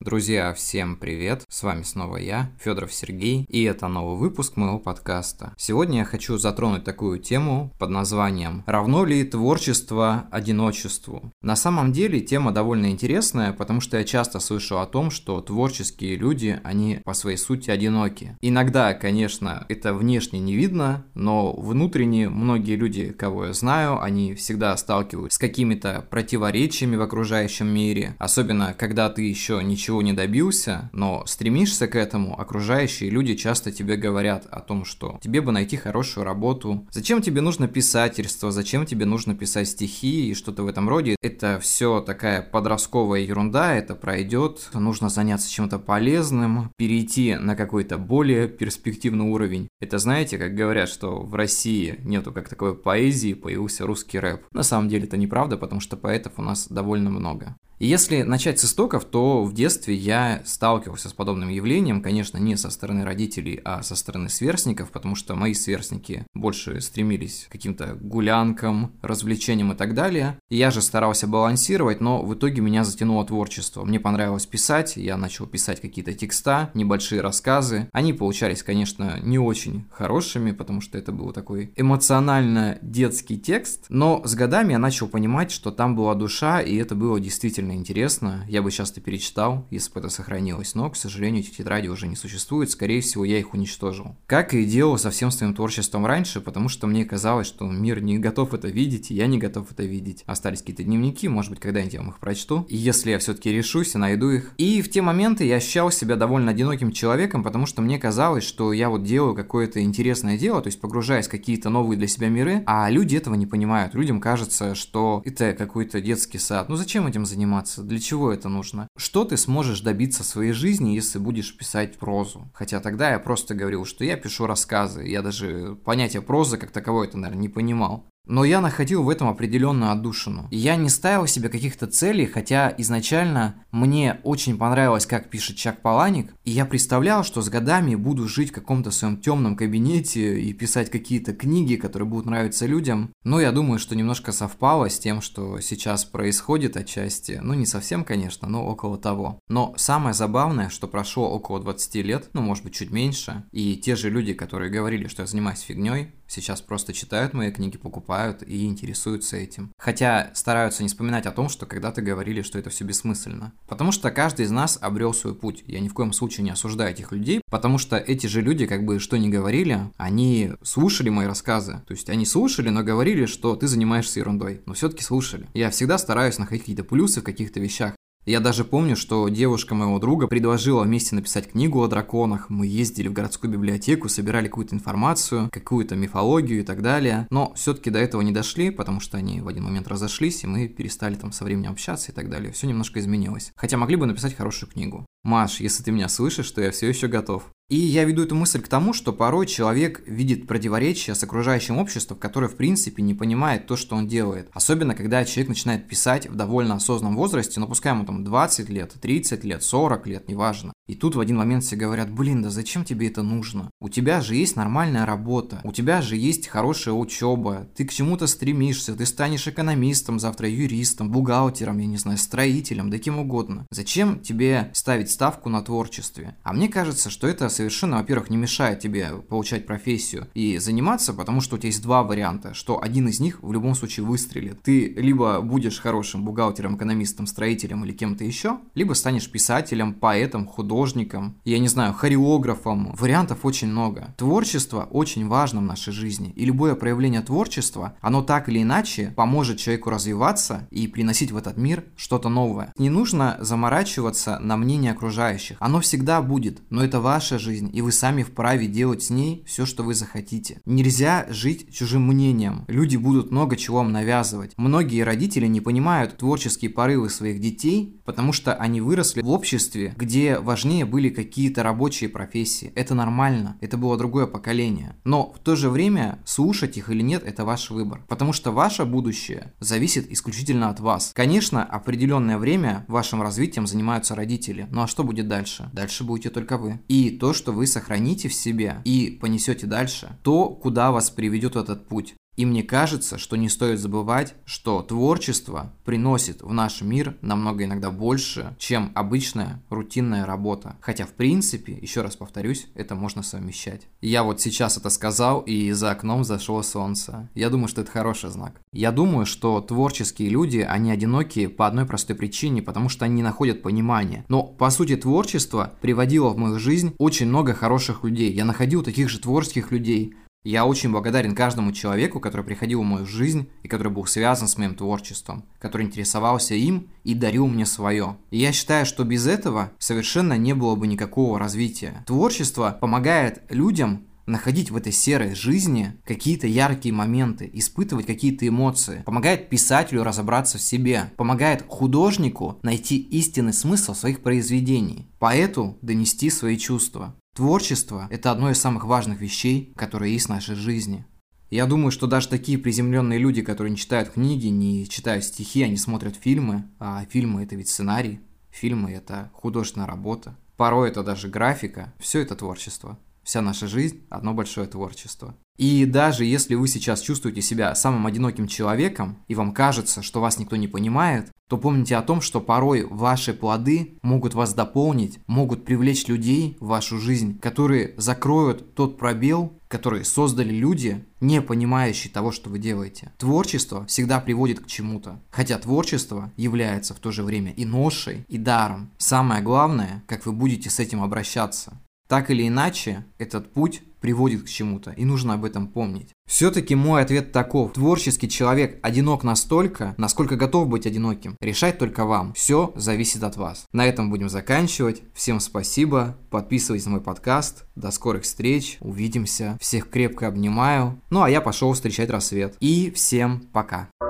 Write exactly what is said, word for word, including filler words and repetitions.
Друзья, всем привет! С вами снова я, Федоров Сергей, и это новый выпуск моего подкаста. Сегодня я хочу затронуть такую тему под названием «Равно ли творчество одиночеству?». На самом деле тема довольно интересная, потому что я часто слышу о том, что творческие люди, они по своей сути одиноки. Иногда, конечно, это внешне не видно, но внутренне многие люди, кого я знаю, они всегда сталкиваются с какими-то противоречиями в окружающем мире, особенно когда ты еще ничего не добился, но стремишься к этому, окружающие люди часто тебе говорят о том, что тебе бы найти хорошую работу, зачем тебе нужно писательство, зачем тебе нужно писать стихи и что-то в этом роде. Это все такая подростковая ерунда, это пройдет, нужно заняться чем-то полезным, перейти на какой-то более перспективный уровень. Это знаете, как говорят, что в России нету как такой поэзии, появился русский рэп. На самом деле это неправда, потому что поэтов у нас довольно много. И если начать с истоков, то в детстве я сталкивался с подобным явлением, конечно, не со стороны родителей, а со стороны сверстников, потому что мои сверстники больше стремились к каким-то гулянкам, развлечениям и так далее. Я же старался балансировать, но в итоге меня затянуло творчество. Мне понравилось писать, я начал писать какие-то текста, небольшие рассказы. Они получались, конечно, не очень хорошими, потому что это был такой эмоционально детский текст, но с годами я начал понимать, что там была душа, и это было действительно интересно, я бы часто перечитал, если бы это сохранилось, но, к сожалению, эти тетради уже не существуют, скорее всего, я их уничтожил. Как и делал со всем своим творчеством раньше, потому что мне казалось, что мир не готов это видеть, и я не готов это видеть. Остались какие-то дневники, может быть, когда-нибудь я вам их прочту, и если я все-таки решусь и найду их. И в те моменты я ощущал себя довольно одиноким человеком, потому что мне казалось, что я вот делаю какое-то интересное дело, то есть погружаясь в какие-то новые для себя миры, а люди этого не понимают. Людям кажется, что это какой-то детский сад. Ну зачем этим заниматься? Для чего это нужно? Что ты сможешь добиться в своей жизни, если будешь писать прозу? Хотя тогда я просто говорил, что я пишу рассказы. Я даже понятие прозы как таковое это, наверное, не понимал. Но я находил в этом определенную отдушину. И я не ставил себе каких-то целей, хотя изначально мне очень понравилось, как пишет Чак Паланик, и я представлял, что с годами буду жить в каком-то своем темном кабинете и писать какие-то книги, которые будут нравиться людям. Но я думаю, что немножко совпало с тем, что сейчас происходит отчасти. Ну, не совсем, конечно, но около того. Но самое забавное, что прошло около двадцати лет, ну, может быть, чуть меньше, и те же люди, которые говорили, что я занимаюсь фигней, сейчас просто читают мои книги, покупают и интересуются этим. Хотя стараются не вспоминать о том, что когда-то говорили, что это все бессмысленно. Потому что каждый из нас обрел свой путь. Я ни в коем случае не осуждаю этих людей, потому что эти же люди, как бы что ни говорили, они слушали мои рассказы. То есть они слушали, но говорили, что ты занимаешься ерундой. Но все-таки слушали. Я всегда стараюсь находить какие-то плюсы в каких-то вещах. Я даже помню, что девушка моего друга предложила вместе написать книгу о драконах. Мы ездили в городскую библиотеку, собирали какую-то информацию, какую-то мифологию и так далее. Но все-таки до этого не дошли, потому что они в один момент разошлись, и мы перестали там со временем общаться и так далее. Все немножко изменилось. Хотя могли бы написать хорошую книгу. Маш, если ты меня слышишь, то я все еще готов. И я веду эту мысль к тому, что порой человек видит противоречия с окружающим обществом, которое в принципе не понимает то, что он делает. Особенно, когда человек начинает писать в довольно осознанном возрасте, но пускай ему там двадцать лет, тридцать лет, сорок лет, неважно. И тут в один момент все говорят: блин, да зачем тебе это нужно? У тебя же есть нормальная работа, у тебя же есть хорошая учеба, ты к чему-то стремишься, ты станешь экономистом, завтра юристом, бухгалтером, я не знаю, строителем, да кем угодно. Зачем тебе ставить ставку на творчестве? А мне кажется, что это совершенно, во-первых, не мешает тебе получать профессию и заниматься, потому что у тебя есть два варианта, что один из них в любом случае выстрелит. Ты либо будешь хорошим бухгалтером, экономистом, строителем или кем-то еще, либо станешь писателем, поэтом, художником, я не знаю, хореографом. Вариантов очень много. Творчество очень важно в нашей жизни, и любое проявление творчества, оно так или иначе поможет человеку развиваться и приносить в этот мир что-то новое. Не нужно заморачиваться на мнение окружающих. Оно всегда будет, но это ваша жизнь, и вы сами вправе делать с ней все, что вы захотите. Нельзя жить чужим мнением. Люди будут много чего вам навязывать. Многие родители не понимают творческие порывы своих детей, потому что они выросли в обществе, где важнее были какие-то рабочие профессии. Это нормально, это было другое поколение. Но в то же время слушать их или нет, это ваш выбор. Потому что ваше будущее зависит исключительно от вас. Конечно, определенное время вашим развитием занимаются родители. Ну а что будет дальше? Дальше будете только вы. И то, что вы сохраните в себе и понесете дальше, то, куда вас приведет этот путь. И мне кажется, что не стоит забывать, что творчество приносит в наш мир намного иногда больше, чем обычная рутинная работа. Хотя, в принципе, еще раз повторюсь, это можно совмещать. Я вот сейчас это сказал, и за окном зашло солнце. Я думаю, что это хороший знак. Я думаю, что творческие люди, они одиноки по одной простой причине, потому что они не находят понимания. Но, по сути, творчество приводило в мою жизнь очень много хороших людей. Я находил таких же творческих людей. Я очень благодарен каждому человеку, который приходил в мою жизнь и который был связан с моим творчеством, который интересовался им и дарил мне свое. И я считаю, что без этого совершенно не было бы никакого развития. Творчество помогает людям находить в этой серой жизни какие-то яркие моменты, испытывать какие-то эмоции, помогает писателю разобраться в себе, помогает художнику найти истинный смысл своих произведений, поэту донести свои чувства. Творчество – это одно из самых важных вещей, которые есть в нашей жизни. Я думаю, что даже такие приземленные люди, которые не читают книги, не читают стихи, они смотрят фильмы, а фильмы – это ведь сценарий, фильмы – это художественная работа, порой это даже графика, все это творчество. Вся наша жизнь – одно большое творчество. И даже если вы сейчас чувствуете себя самым одиноким человеком, и вам кажется, что вас никто не понимает, то помните о том, что порой ваши плоды могут вас дополнить, могут привлечь людей в вашу жизнь, которые закроют тот пробел, который создали люди, не понимающие того, что вы делаете. Творчество всегда приводит к чему-то, хотя творчество является в то же время и ношей, и даром. Самое главное, как вы будете с этим обращаться. Так или иначе, этот путь приводит к чему-то, и нужно об этом помнить. Все-таки мой ответ таков. Творческий человек одинок настолько, насколько готов быть одиноким. Решать только вам. Все зависит от вас. На этом будем заканчивать. Всем спасибо. Подписывайтесь на мой подкаст. До скорых встреч. Увидимся. Всех крепко обнимаю. Ну а я пошел встречать рассвет. И всем пока.